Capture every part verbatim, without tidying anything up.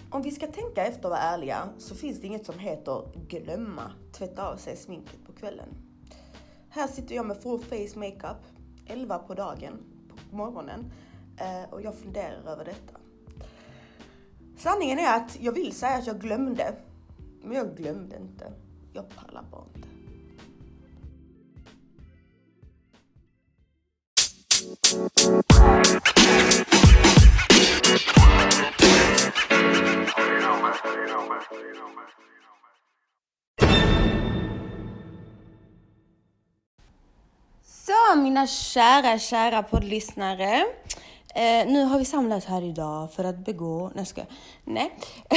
Om vi ska tänka efter och vara ärliga så finns det inget som heter glömma tvätta av sig sminket på kvällen. Här sitter jag med full face makeup, elva på dagen, på morgonen, och jag funderar över detta. Sanningen är att jag vill säga att jag glömde, men jag glömde inte. Jag pallar bara inte. Så mina kära, kära poddlyssnare. Eh, nu har vi samlats här idag för att begå... Nej, ska... Nej.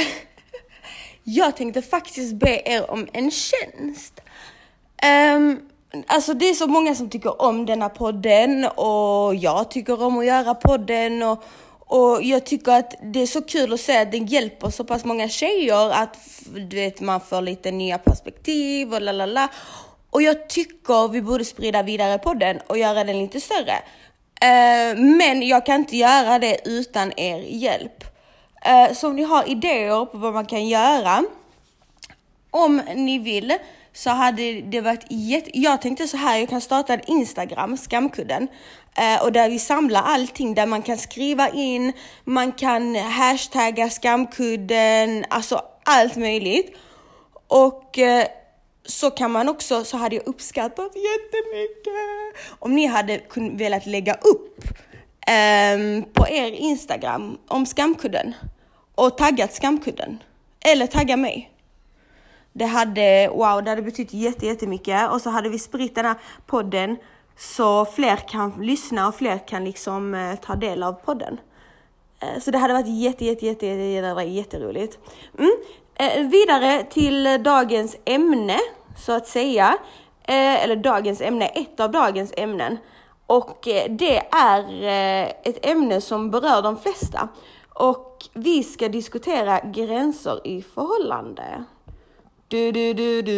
Jag tänkte faktiskt be er om en tjänst. Um, alltså det är så många som tycker om denna podden. Och jag tycker om att göra podden. Och, och jag tycker att det är så kul att se att den hjälper så pass många tjejer. Att du vet, man får lite nya perspektiv och lalala. Och jag tycker vi borde sprida vidare podden och göra den lite större. Uh, men jag kan inte göra det utan er hjälp. Uh, så om ni har idéer på vad man kan göra, om ni vill, så hade det varit jätte... Jag tänkte så här, jag kan starta en Instagram, Skamkudden. Uh, och där vi samlar allting, där man kan skriva in, man kan hashtagga Skamkudden, alltså allt möjligt. Och... Uh, Så kan man också, så hade jag uppskattat jättemycket om ni hade kun, velat lägga upp um, på er Instagram om Skamkudden och taggat Skamkudden eller tagga mig. Det hade, wow, det hade betytt jätte, jättemycket, och så hade vi spritt den här podden så fler kan lyssna och fler kan liksom uh, ta del av podden. Uh, så det hade varit jätte, jätte, jätte, jätte, jätte, jätteroligt. Mm. Eh, vidare till dagens ämne, så att säga. Eh, eller dagens ämne, ett av dagens ämnen. Och eh, det är eh, ett ämne som berör de flesta. Och vi ska diskutera gränser i förhållande. Du, du, du, du.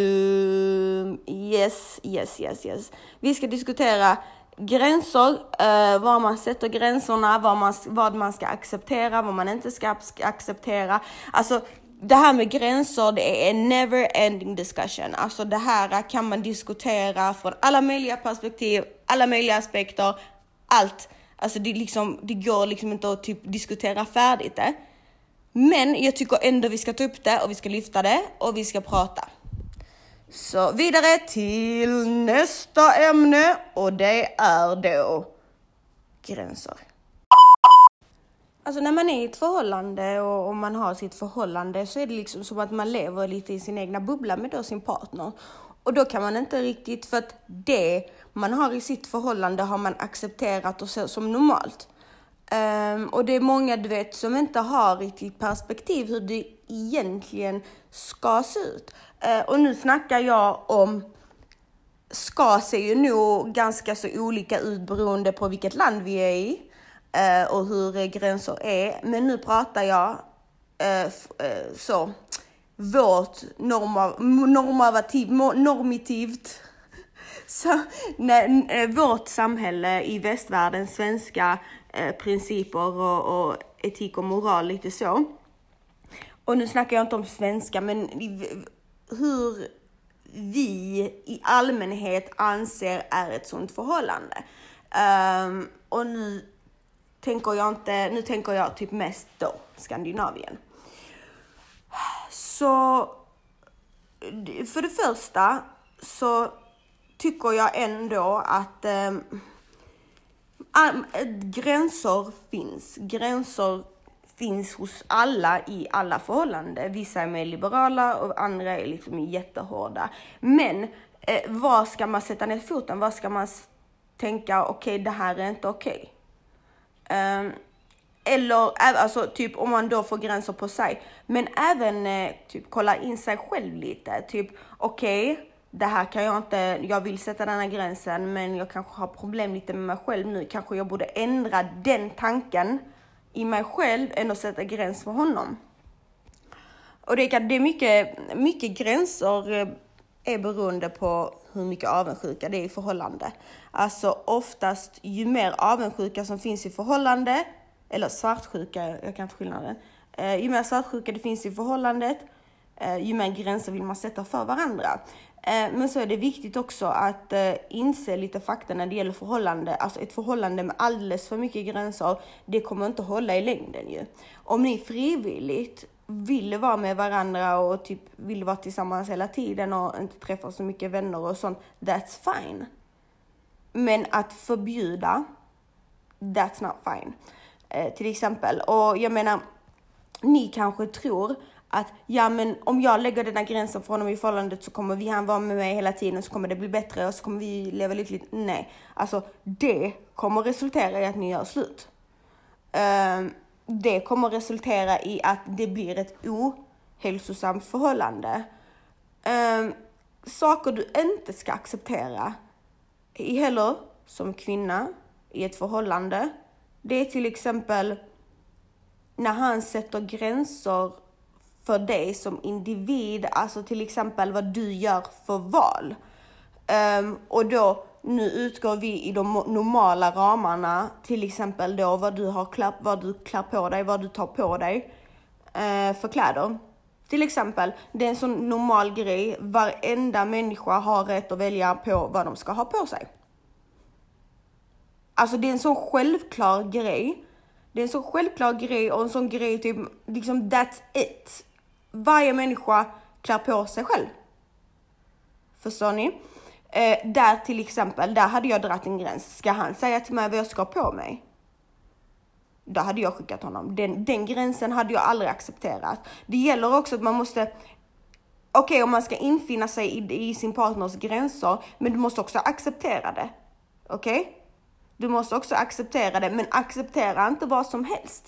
Yes, yes, yes, yes. Vi ska diskutera gränser, eh, var man sätter gränserna, vad man, vad man ska acceptera, vad man inte ska acceptera. Alltså, det här med gränser, det är en never ending discussion. Alltså det här kan man diskutera från alla möjliga perspektiv, alla möjliga aspekter, allt. Alltså det, liksom, det går liksom inte att typ diskutera färdigt det. Men jag tycker ändå vi ska ta upp det och vi ska lyfta det och vi ska prata. Så vidare till nästa ämne, och det är då gränser. Alltså när man är i ett förhållande och, och man har sitt förhållande, så är det liksom som att man lever lite i sin egna bubbla med då sin partner. Och då kan man inte riktigt, för att det man har i sitt förhållande har man accepterat och så som normalt. Um, och det är många, du vet, som inte har riktigt perspektiv hur det egentligen ska se ut. Uh, och nu snackar jag om, ska se ju nog ganska så olika ut beroende på vilket land vi är i. Uh, och hur gränser är. Men nu pratar jag uh, uh, så vårt norma, normativ, normativt så, nej, vårt samhälle i västvärlden, svenska uh, principer och, och etik och moral, lite så. Och nu snackar jag inte om svenska, men hur vi i allmänhet anser är ett sånt förhållande. Um, och nu tänker jag inte, nu tänker jag typ mest då Skandinavien. Så för det första så tycker jag ändå att eh, gränser finns. Gränser finns hos alla i alla förhållanden. Vissa är mer liberala och andra är liksom jättehårda. Men eh, vad ska man sätta ner foten? Vad ska man tänka, okej, okay, det här är inte okej. Okay. Um, eller alltså typ om man då får gränser på sig, men även eh, typ kolla in sig själv lite, typ okej, okay, det här kan jag inte, jag vill sätta den här gränsen, men jag kanske har problem lite med mig själv nu, kanske jag borde ändra den tanken i mig själv än att sätta gräns för honom. Och det är, det är mycket, mycket gränser är beroende på hur mycket avundsjuka det är i förhållande. Alltså oftast ju mer avundsjuka som finns i förhållande, eller svartsjuka, jag kan inte skillnaden, Eh, ju mer svartsjuka det finns i förhållandet, eh, ju mer gränser vill man sätta för varandra. Eh, men så är det viktigt också att eh, inse lite fakta när det gäller förhållande. Alltså ett förhållande med alldeles för mycket gränser, det kommer inte hålla i längden ju. Om ni frivilligt vill vara med varandra och typ vill vara tillsammans hela tiden och inte träffa så mycket vänner och sånt, that's fine. Men att förbjuda, that's not fine. Eh, till exempel, och jag menar, ni kanske tror att ja, men om jag lägger den här gränsen för honom i förhållandet så kommer vi han vara med mig hela tiden, så kommer det bli bättre och så kommer vi leva lyckligt. Nej, alltså det kommer resultera i att ni gör slut. Um, det kommer resultera i att det blir ett ohälsosamt förhållande. Um, saker du inte ska acceptera i heller som kvinna i ett förhållande, det är till exempel när han sätter gränser för dig som individ, alltså till exempel vad du gör för val. Um, och då, nu utgår vi i de normala ramarna, till exempel då vad du har klapp, vad du klär på dig, vad du tar på dig uh, för kläder. Till exempel, det är en sån normal grej, varenda människa har rätt att välja på vad de ska ha på sig. Alltså det är en sån självklar grej. Det är en så självklar grej och en sån grej typ, liksom that's it. Varje människa klär på sig själv. Förstår ni? Eh, där till exempel, där hade jag dratt en gräns. Ska han säga till mig vad jag ska ha på mig? Då hade jag skickat honom. Den, den gränsen hade jag aldrig accepterat. Det gäller också att man måste, okej okay, om man ska infinna sig i, i sin partners gränser, men du måste också acceptera det. Okej? Okay? Du måste också acceptera det, men acceptera inte vad som helst.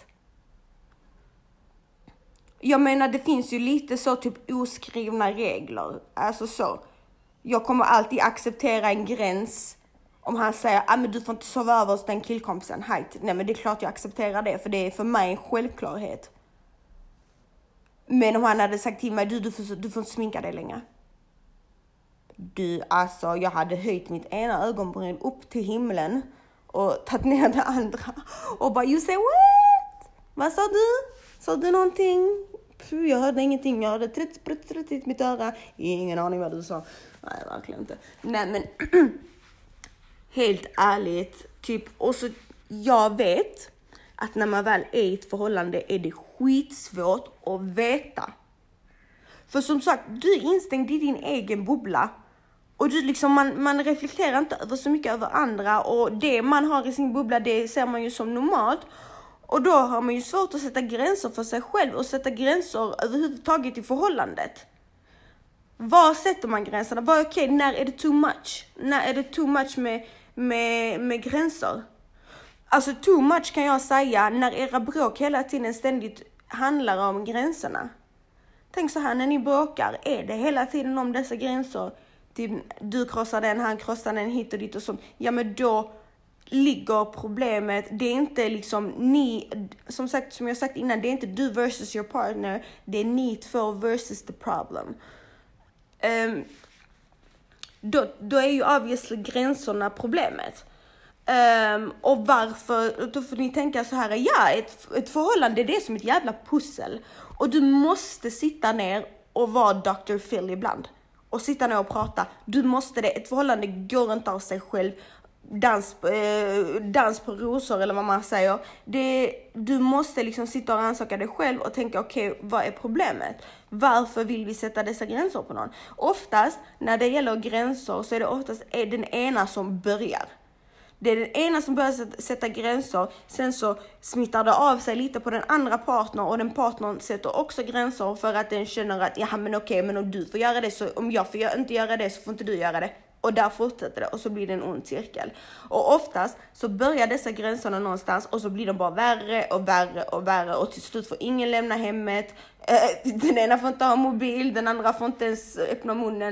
Jag menar, det finns ju lite så typ oskrivna regler. Alltså så. Jag kommer alltid acceptera en gräns om han säger, ah, men du får inte sova över hos den killkompisen. Hejt. Nej, men det är klart jag accepterar det, för det är för mig en självklarhet. Men om han hade sagt till mig, du, du, får, du får inte sminka dig längre. Du, alltså, jag hade höjt mitt ena ögonbryn upp till himlen och tagit ner det andra. Och bara, you say what? Vad sa du? Sa du någonting? Puh, jag hörde ingenting. Jag hörde tritt, tritt, tritt i mitt öra. Ingen aning vad du sa. Nej, verkligen inte. Nej, men helt ärligt. Typ, och så, jag vet att när man väl är i ett förhållande är det skitsvårt att veta. För som sagt, du är instängd i din egen bubbla. Och du liksom, man, man reflekterar inte över så mycket över andra. Och det man har i sin bubbla, det ser man ju som normalt. Och då har man ju svårt att sätta gränser för sig själv. Och sätta gränser överhuvudtaget i förhållandet. Var sätter man gränserna? Var okej, okay, när är det too much? När är det too much med, med, med gränser? Alltså too much kan jag säga när era bråk hela tiden ständigt handlar om gränserna. Tänk så här, när ni bråkar, är det hela tiden om dessa gränser? Typ, du krossar den, han krossar den, hit och dit och sånt. Ja, men då ligger problemet. Det är inte liksom ni, som sagt, som jag sagt innan, det är inte du versus your partner. Det är ni två versus the problem. Um, då, då är ju obviously gränserna problemet. Um, och varför, då får ni tänka så här, ja, ett, ett förhållande, det är som ett jävla pussel. Och du måste sitta ner och vara doktor Phil ibland. Och sitta ner och prata. Du måste det. Ett förhållande går inte av sig själv. Dans, eh, dans på rosor eller vad man säger. Det, du måste liksom sitta och ansöka dig själv och tänka, okej, okay, vad är problemet? Varför vill vi sätta dessa gränser på någon? Oftast, när det gäller gränser, så är det oftast är den ena som börjar. Det är den ena som börjar sätta gränser. Sen så smittar det av sig lite på den andra partnern. Och den partnern sätter också gränser för att den känner att ja, men okej, men om du får göra det, så om jag får inte göra det, så får inte du göra det. Och där fortsätter det och så blir det en ond cirkel. Och oftast så börjar dessa gränserna någonstans och så blir de bara värre och värre och värre. Och till slut får ingen lämna hemmet. Den ena får inte ha mobil, den andra får inte ens öppna munnen.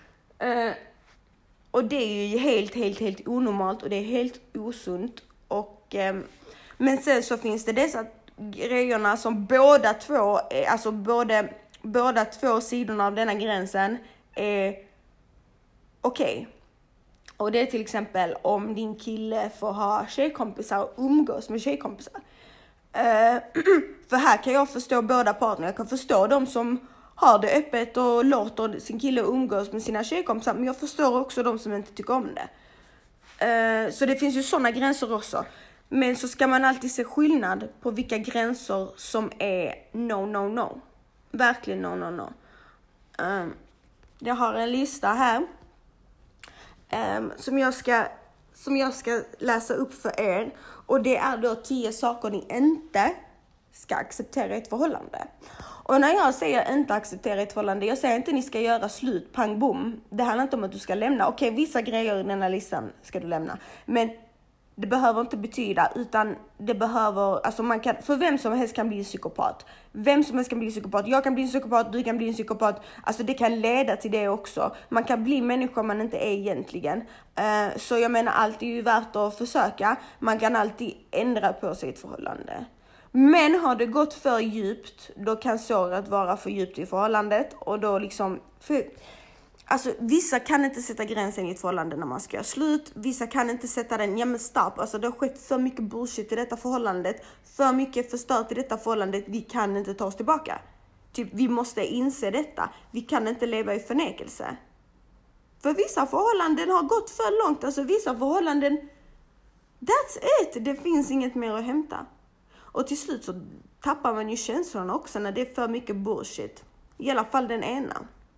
Och det är ju helt, helt, helt onormalt och det är helt osunt. Och, eh, men sen så finns det dessa grejerna som båda två, är, alltså både, båda två sidorna av denna gränsen är okej. Okay. Och det är till exempel om din kille får ha tjejkompisar och umgås med tjejkompisar. Uh, för här kan jag förstå båda parterna. Jag kan förstå de som har det öppet och låter sin kille umgås med sina tjejkompisar. Men jag förstår också de som inte tycker om det. Uh, så det finns ju sådana gränser också. Men så ska man alltid se skillnad på vilka gränser som är no, no, no. Verkligen no, no, no. Um, jag har en lista här. Um, som jag ska som jag ska läsa upp för er. Och det är då tio saker ni inte ska acceptera i ett förhållande. Och när jag säger inte acceptera i ett förhållande, jag säger inte att ni ska göra slut, pang bom. Det handlar inte om att du ska lämna. Okej, vissa grejer i den här listan ska du lämna. Men det behöver inte betyda, utan det behöver, alltså man kan, för vem som helst kan bli en psykopat. Vem som helst kan bli en psykopat. Jag kan bli en psykopat, du kan bli en psykopat. Alltså det kan leda till det också. Man kan bli människa man inte är egentligen. Uh, så jag menar, allt är ju värt att försöka. Man kan alltid ändra på sig i ett förhållande. Men har det gått för djupt, då kan såret vara för djupt i förhållandet. Och då liksom... För, alltså vissa kan inte sätta gränsen i ett förhållande när man ska göra slut. Vissa kan inte sätta den, ja men stopp. Alltså det har skett för mycket bullshit i detta förhållandet. För mycket förstört i detta förhållandet. Vi kan inte ta oss tillbaka. Typ, vi måste inse detta. Vi kan inte leva i förnekelse. För vissa förhållanden har gått för långt. Alltså vissa förhållanden, that's it. Det finns inget mer att hämta. Och till slut så tappar man ju känslorna också när det är för mycket bullshit. I alla fall den ena.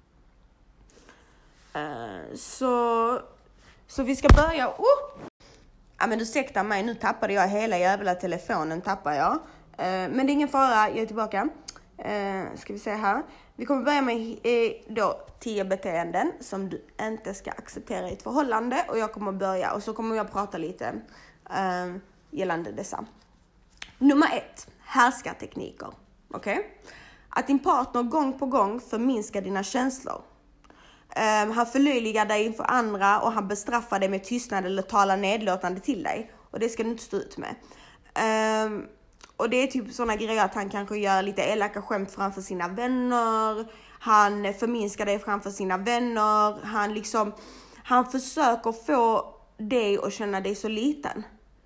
Uh, så, så vi ska börja. Oh! Ja, men ursäkta mig, nu tappade jag hela jävla telefonen. Tappar jag. Uh, men det är ingen fara, jag är tillbaka. Uh, ska vi se här. Vi kommer börja med uh, då, tio beteenden som du inte ska acceptera i ett förhållande. Och jag kommer börja, och så kommer jag prata lite uh, gällande dessa. Nummer ett, härskartekniker. Okej? Okay? Att din partner gång på gång förminskar dina känslor. Um, han förlöjligar dig inför andra och han bestraffar dig med tystnad eller talar nedlåtande till dig. Och det ska du inte stå ut med. Um, och det är typ sådana grejer att han kanske gör lite elaka skämt framför sina vänner. Han förminskar dig framför sina vänner. Han liksom, han försöker få dig att känna dig så liten.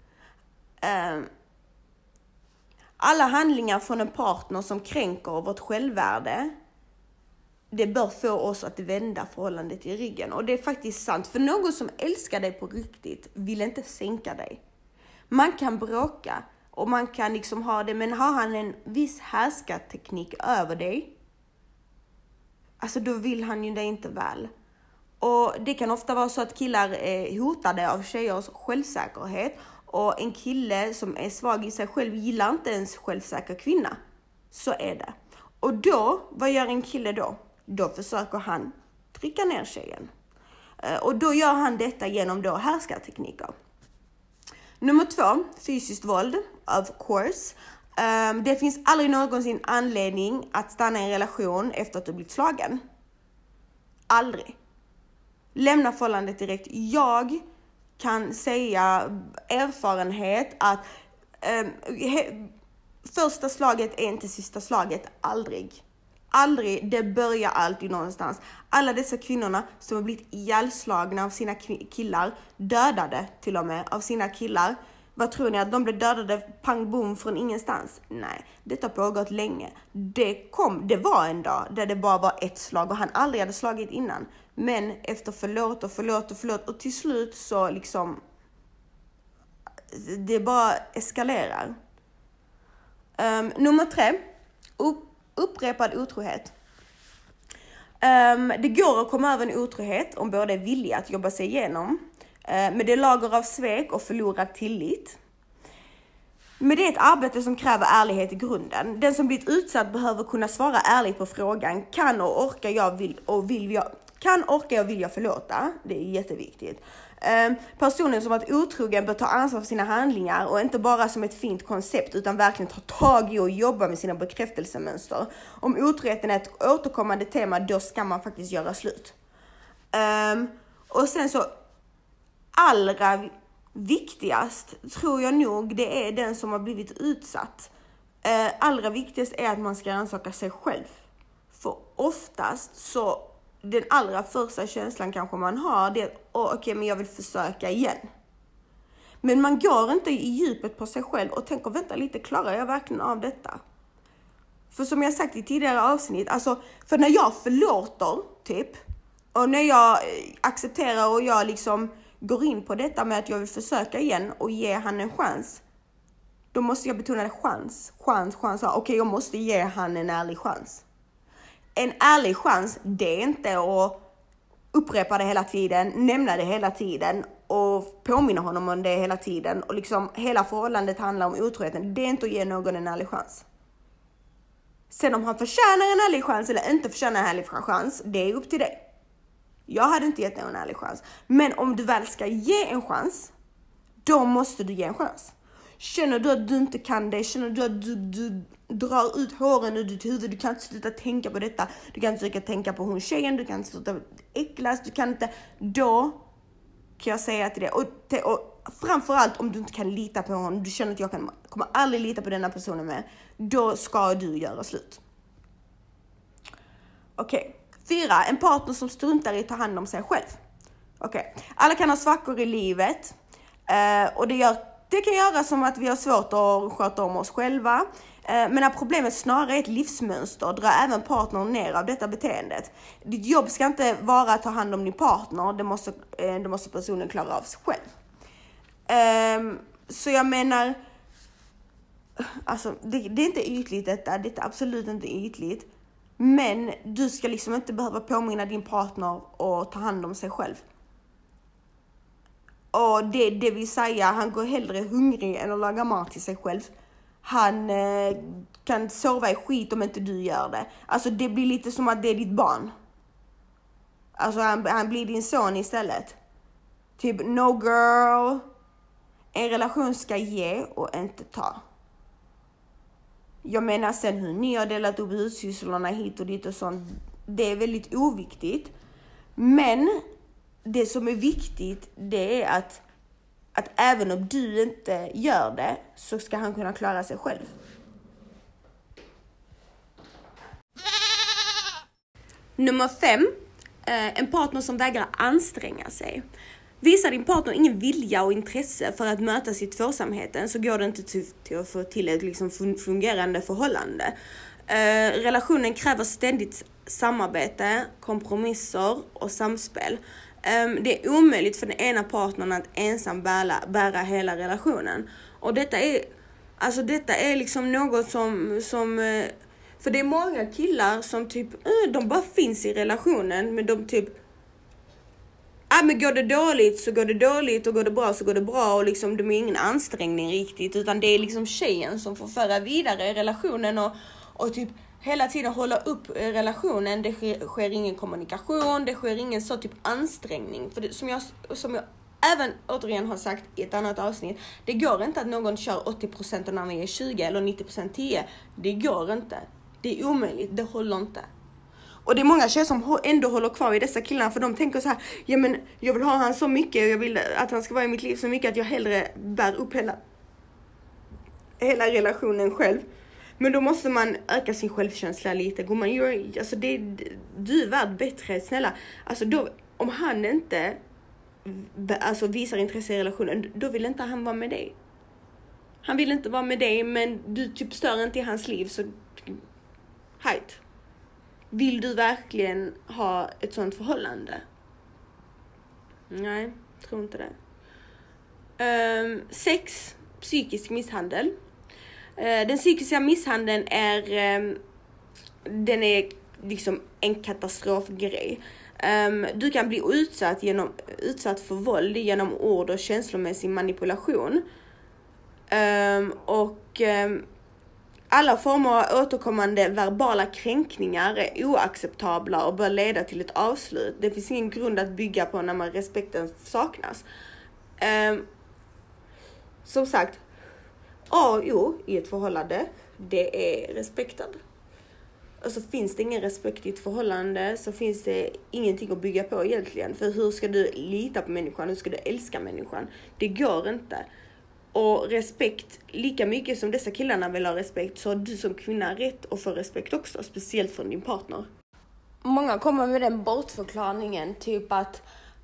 Um, alla handlingar från en partner som kränker vårt självvärde, det bör få oss att vända förhållandet i ryggen. Och det är faktiskt sant. För någon som älskar dig på riktigt vill inte sänka dig. Man kan bråka och man kan liksom ha det. Men har han en viss härskarteknik över dig, alltså då vill han ju dig inte väl. Och det kan ofta vara så att killar är hotade av tjejers självsäkerhet. Och en kille som är svag i sig själv gillar inte ens självsäker kvinna. Så är det. Och då, vad gör en kille då? Då försöker han trycka ner tjejen. Och då gör han detta genom då härskartekniker. Nummer två, fysiskt våld, of course. Um, det finns aldrig någonsin anledning att stanna i en relation efter att du blivit slagen. Aldrig. Lämna förhållandet direkt. Jag kan säga erfarenhet att um, he, första slaget är inte sista slaget. Aldrig. Aldrig. Det börjar alltid någonstans. Alla dessa kvinnorna som har blivit ihjälslagna av sina killar, dödade till och med av sina killar. Vad tror ni? Att de blev dödade pang bom från ingenstans? Nej, det har pågått länge. Det kom, det var en dag där det bara var ett slag och han aldrig hade slagit innan. Men efter förlåt och förlåt och förlåt och till slut så liksom det bara eskalerar. Um, nummer tre. Upp, upprepad otrohet. Um, det går att komma över en otrohet om båda är villiga att jobba sig igenom. Uh, men det är lager av svek och förlorad tillit. Men det är ett arbete som kräver ärlighet i grunden. Den som blivit utsatt behöver kunna svara ärligt på frågan: kan och orkar jag vill och vill jag kan orka jag vill jag förlåta? Det är jätteviktigt. Um, personen som varit otrogen bör ta ansvar för sina handlingar och inte bara som ett fint koncept utan verkligen ta tag i och jobba med sina bekräftelsemönster. Om otroheten är ett återkommande tema, då ska man faktiskt göra slut. Um, och sen så allra viktigast tror jag nog det är den som har blivit utsatt. Uh, allra viktigast är att man ska rannsaka sig själv. För oftast så den allra första känslan kanske man har det är oh, okej, okay, men jag vill försöka igen. Men man går inte i djupet på sig själv och tänker, vänta lite, klarar jag verkligen av detta? För som jag sagt i tidigare avsnitt, alltså, för när jag förlåter, typ, och när jag accepterar och jag liksom går in på detta med att jag vill försöka igen och ge han en chans, då måste jag betona det, chans, chans, chans. Okej, okay, jag måste ge han en ärlig chans. En ärlig chans, det är inte att upprepa det hela tiden, nämna det hela tiden och påminna honom om det hela tiden. Och liksom hela förhållandet handlar om otroheten. Det är inte att ge någon en ärlig chans. Sen om han förtjänar en ärlig chans eller inte förtjänar en ärlig chans, det är upp till dig. Jag hade inte gett någon en ärlig chans. Men om du väl ska ge en chans, då måste du ge en chans. Känner du att du inte kan det, känner du att du, du drar ut håren ur ditt huvud, du kan inte sluta tänka på detta, du kan inte sluta tänka på hon tjejen, du kan inte sluta äcklas, du kan inte, då kan jag säga till det. Och, te, och framförallt om du inte kan lita på honom, du känner att jag kan, kommer aldrig lita på denna personen med, då ska du göra slut. Okej. Okay. Fyra, en partner som struntar i att ta hand om sig själv. Okej. Okay. Alla kan ha svackor i livet. Eh, och det, gör, det kan göra som att vi har svårt att sköta om oss själva. Eh, men när problemet snarare är ett livsmönster, drar även partnern ner av detta beteendet. Ditt jobb ska inte vara att ta hand om din partner. Det måste, eh, det måste personen klara av sig själv. Eh, så jag menar, alltså, det, det är inte ytligt detta. Det är absolut inte ytligt. Men du ska liksom inte behöva påminna din partner och ta hand om sig själv. Och det, det vill säga, han går hellre hungrig än att laga mat till sig själv. Han eh, kan sova i skit om inte du gör det. Alltså det blir lite som att det är ditt barn. Alltså han, han blir din son istället. Typ, no girl. En relation ska ge och inte ta. Jag menar sen hur ni har delat upp hussysslorna hit och dit och sånt. Det är väldigt oviktigt. Men det som är viktigt, det är att, att även om du inte gör det, så ska han kunna klara sig själv. Nummer fem. En partner som vägrar anstränga sig. Visar din partner ingen vilja och intresse för att möta sitt tvåsamheten, så går det inte till, till att få till ett liksom fungerande förhållande. Eh, relationen kräver ständigt samarbete, kompromisser och samspel. Eh, det är omöjligt för den ena partnern att ensam bära, bära hela relationen. Och detta är, alltså detta är liksom något som... som eh, för det är många killar som typ, eh, de bara finns i relationen, men de typ... Ah, men går det dåligt så går det dåligt och går det bra så går det bra, och liksom det är ingen ansträngning riktigt, utan det är liksom tjejen som får föra vidare relationen och, och typ hela tiden hålla upp relationen. Det sker, sker ingen kommunikation, det sker ingen så typ ansträngning. För det, som, jag, som jag även återigen har sagt i ett annat avsnitt, det går inte att någon kör åttio procent och när man är tjugo eller nittio procent tio. Det går inte. Det är omöjligt, det håller inte. Och det är många tjejer som ändå håller kvar i dessa killarna, för de tänker så här: ja men jag vill ha han så mycket och jag vill att han ska vara i mitt liv så mycket att jag hellre bär upp hela, hela relationen själv. Men då måste man öka sin självkänsla lite. Går man, alltså det, du är värd bättre, snälla. Alltså då, om han inte alltså visar intresse i relationen, då vill inte han vara med dig. Han vill inte vara med dig, men du typ stör inte i hans liv, så hejt. Vill du verkligen ha ett sånt förhållande? Nej, tror inte det. Um, sex, psykisk misshandel. Uh, den psykiska misshandeln är, um, den är liksom en katastrofgrej. Um, du kan bli utsatt, genom, utsatt för våld genom ord och känslomässig manipulation. Um, och... Um, Alla former av återkommande verbala kränkningar är oacceptabla och bör leda till ett avslut. Det finns ingen grund att bygga på när man respekten saknas. Um, som sagt, A och O i ett förhållande, det är respekten. Och så finns det ingen respekt i ett förhållande, så finns det ingenting att bygga på egentligen. För hur ska du lita på människan? Hur ska du älska människan? Det går inte. Och respekt, lika mycket som dessa killarna vill ha respekt, så har du som kvinna rätt att få respekt också, speciellt från din partner. Många kommer med den bortförklaringen, typ att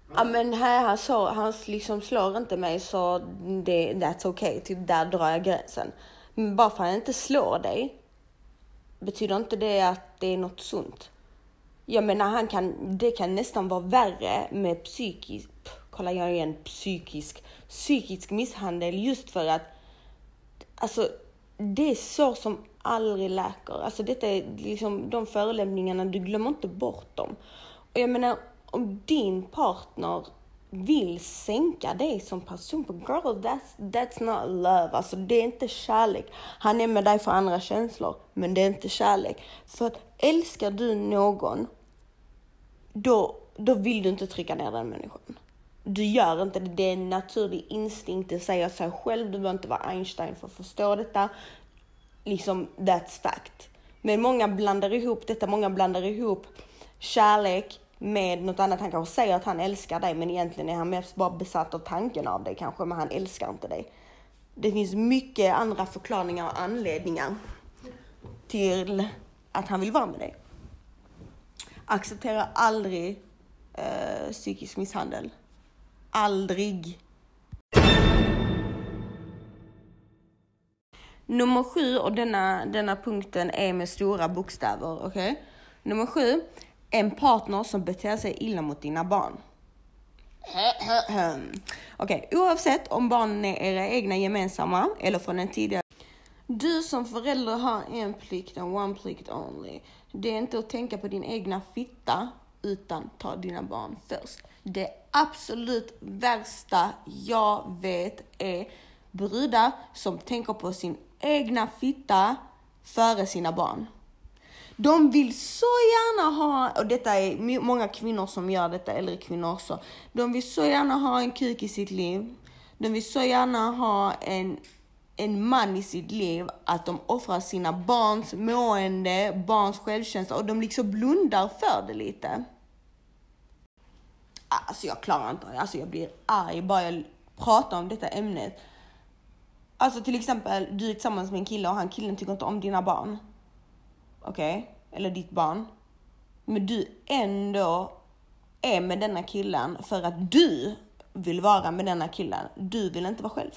Ja, men här han, så, han liksom slår inte mig, så det, that's okay. Typ där drar jag gränsen. Men bara för att han inte slår dig betyder inte det att det är något sunt. Jag menar, han kan, det kan nästan vara värre med psykisk, kolla jag igen, psykisk, psykisk misshandel, just för att alltså, det är så som aldrig läker. Alltså detta är liksom de förolämpningarna, du glömmer inte bort dem. Och jag menar, om din partner vill sänka dig som person, på girl, that's, that's not love. Alltså det är inte kärlek. Han är med dig för andra känslor, men det är inte kärlek. För att älskar du någon, då, då vill du inte trycka ner den människan. Du gör inte det. Det är en naturlig instinkt att säga sig själv. Du behöver inte vara Einstein för att förstå detta. Liksom, that's fact. Men många blandar ihop detta. Många blandar ihop kärlek med något annat. Han kanske säger att han älskar dig, men egentligen är han mest bara besatt av tanken av dig kanske, men han älskar inte dig. Det finns mycket andra förklaringar och anledningar till att han vill vara med dig. Acceptera aldrig eh, psykisk misshandel. Aldrig. Nummer sju, och denna, denna punkten är med stora bokstäver, okej? Okay? Nummer sju, en partner som beter sig illa mot dina barn. Okej, okay, oavsett om barnen är era egna gemensamma eller från en tidigare. Du som förälder har en plikt, and one plikt only. Det är inte att tänka på din egna fitta, utan ta dina barn först. Det absolut värsta jag vet är brudar som tänker på sin egna fitta före sina barn. De vill så gärna ha, och detta är många kvinnor som gör detta, äldre kvinnor också. De vill så gärna ha en kuk i sitt liv. De vill så gärna ha en, en man i sitt liv att de offrar sina barns mående, barns självkänsla, och de liksom blundar för det lite. Alltså jag klarar inte, alltså jag blir arg bara jag pratar om detta ämnet. Alltså till exempel, du är tillsammans med en kille och han killen tycker inte om dina barn. Okej, okay? Eller ditt barn. Men du ändå är med denna killen för att du vill vara med denna killen. Du vill inte vara själv.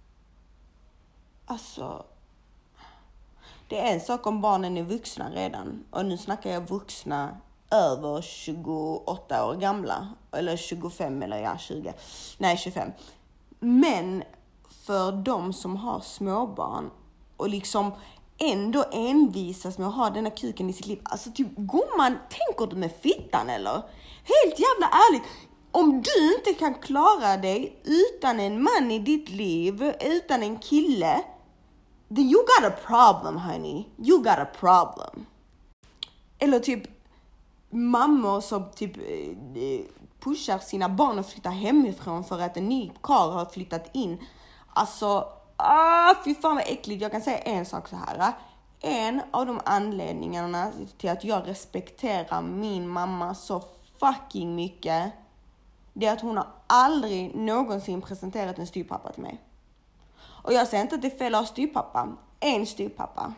Alltså, det är en sak om barnen är vuxna redan. Och nu snackar jag vuxna över tjugoåtta år gamla. Eller tjugofem eller ja, tjugo. Nej, tjugofem. Men för de som har småbarn och liksom ändå envisas med att ha denna kuken i sitt liv. Alltså typ, gumman, tänker du med fittan eller? Helt jävla ärligt. Om du inte kan klara dig utan en man i ditt liv, utan en kille, then you got a problem, honey. You got a problem. Eller typ mammor som typ pushar sina barn att flytta hemifrån för att en ny karl har flyttat in. Alltså, ah, fy fan vad äckligt. Jag kan säga en sak så här. En av de anledningarna till att jag respekterar min mamma så fucking mycket, det är att hon har aldrig någonsin presenterat en styvpappa till mig. Och jag säger inte att det är fel att ha styvpappa. En styvpappa.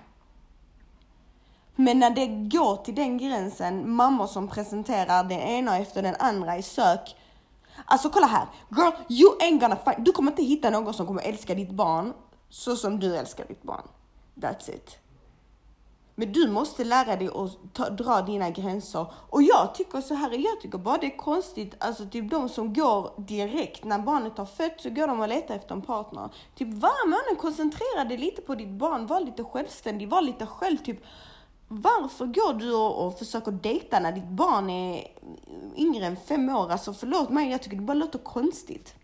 Men när det går till den gränsen, mammor som presenterar den ena efter den andra i sök. Alltså kolla här. Girl, you ain't gonna find. Du kommer inte hitta någon som kommer älska ditt barn så som du älskar ditt barn. That's it. Men du måste lära dig att ta, dra dina gränser. Och jag tycker så här, jag tycker bara det är konstigt. Alltså typ de som går direkt när barnet har fött, så går de och letar efter en partner. Typ var mannen, koncentrera dig lite på ditt barn. Var lite självständig, var lite själv. Typ, varför går du och, och försöker dejta när ditt barn är yngre än fem år? Alltså förlåt mig, jag tycker det bara låter konstigt.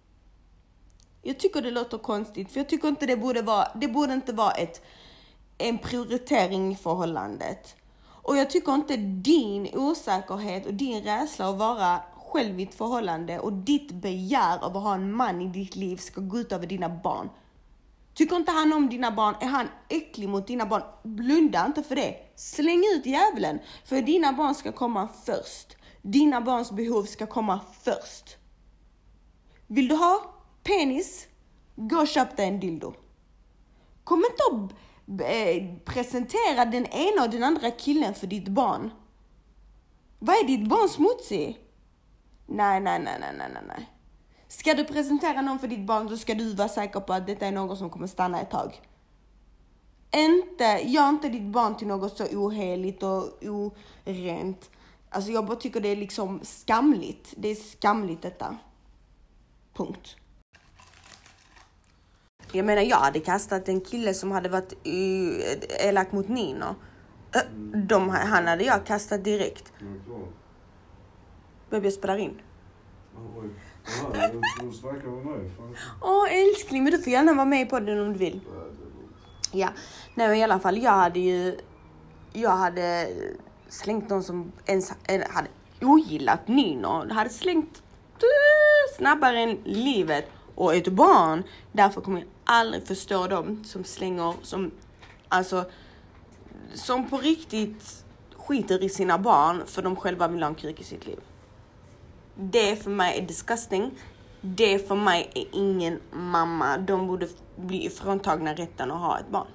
Jag tycker det låter konstigt. För jag tycker inte det borde vara, det borde inte vara ett en prioritering i förhållandet. Och jag tycker inte din osäkerhet och din rädsla att vara själv i ett förhållande och ditt begär av att ha en man i ditt liv ska gå ut över dina barn. Tycker inte han om dina barn? Är han äcklig mot dina barn? Blunda inte för det. Släng ut djävulen. För dina barn ska komma först. Dina barns behov ska komma först. Vill du ha penis? Gå och köp dig en dildo. Kom inte att presentera den ena och den andra killen för ditt barn. Vad är ditt barn smutsig? Nej, nej, nej, nej, nej, nej. Ska du presentera någon för ditt barn så ska du vara säker på att detta är någon som kommer stanna ett tag. Inte, gör inte ditt barn till något så oheligt och orent. Alltså jag bara tycker det är liksom skamligt. Det är skamligt detta. Punkt. Jag menar, jag hade kastat en kille som hade varit uh, elak mot Nino. Uh, de, han hade jag kastat direkt. Baby, jag spelar in. Oj. Ja, du snackar med mig. Åh, älskling, men du får gärna vara med på den om du vill. Ja, nej men i alla fall, jag hade ju... Jag hade slängt någon som ens en, hade ogillat Nino. Jag hade slängt uh, snabbare än livet. Och ett barn, därför kommer jag aldrig förstå dem som slänger, som... Alltså, som på riktigt skiter i sina barn för de själva vill ha en kuk i sitt liv. Det för mig är disgusting. Det för mig är ingen mamma. De borde bli fråntagna rätten att ha ett barn.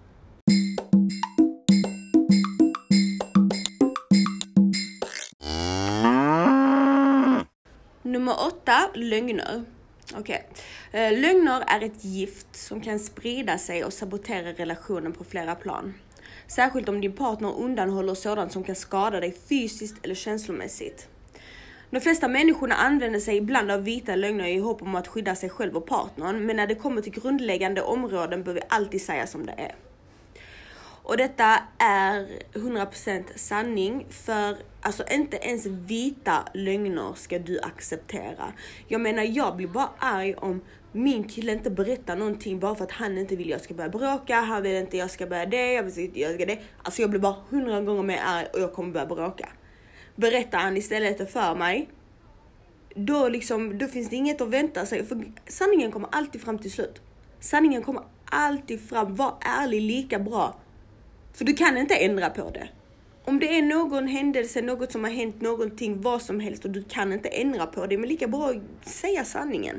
Nummer åtta, lögner. Okej. Okay. Lögner är ett gift som kan sprida sig och sabotera relationen på flera plan. Särskilt om din partner undanhåller sådant som kan skada dig fysiskt eller känslomässigt. De flesta människorna använder sig ibland av vita lögner i hopp om att skydda sig själv och partnern. Men när det kommer till grundläggande områden bör vi alltid säga som det är. Och detta är hundra procent sanning, för alltså inte ens vita lögner ska du acceptera. Jag menar, jag blir bara arg om min kille inte berättar någonting bara för att han inte vill jag ska börja bråka. Han vill inte jag ska börja det, jag vill inte jag ska det. Alltså jag blir bara hundra gånger mer arg och jag kommer börja bråka. Berättar han istället för mig, då, liksom, då finns det inget att vänta sig. För sanningen kommer alltid fram till slut. Sanningen kommer alltid fram. Var ärlig lika bra. För du kan inte ändra på det. Om det är någon händelse, något som har hänt, någonting, vad som helst, och du kan inte ändra på det, men lika bra att säga sanningen.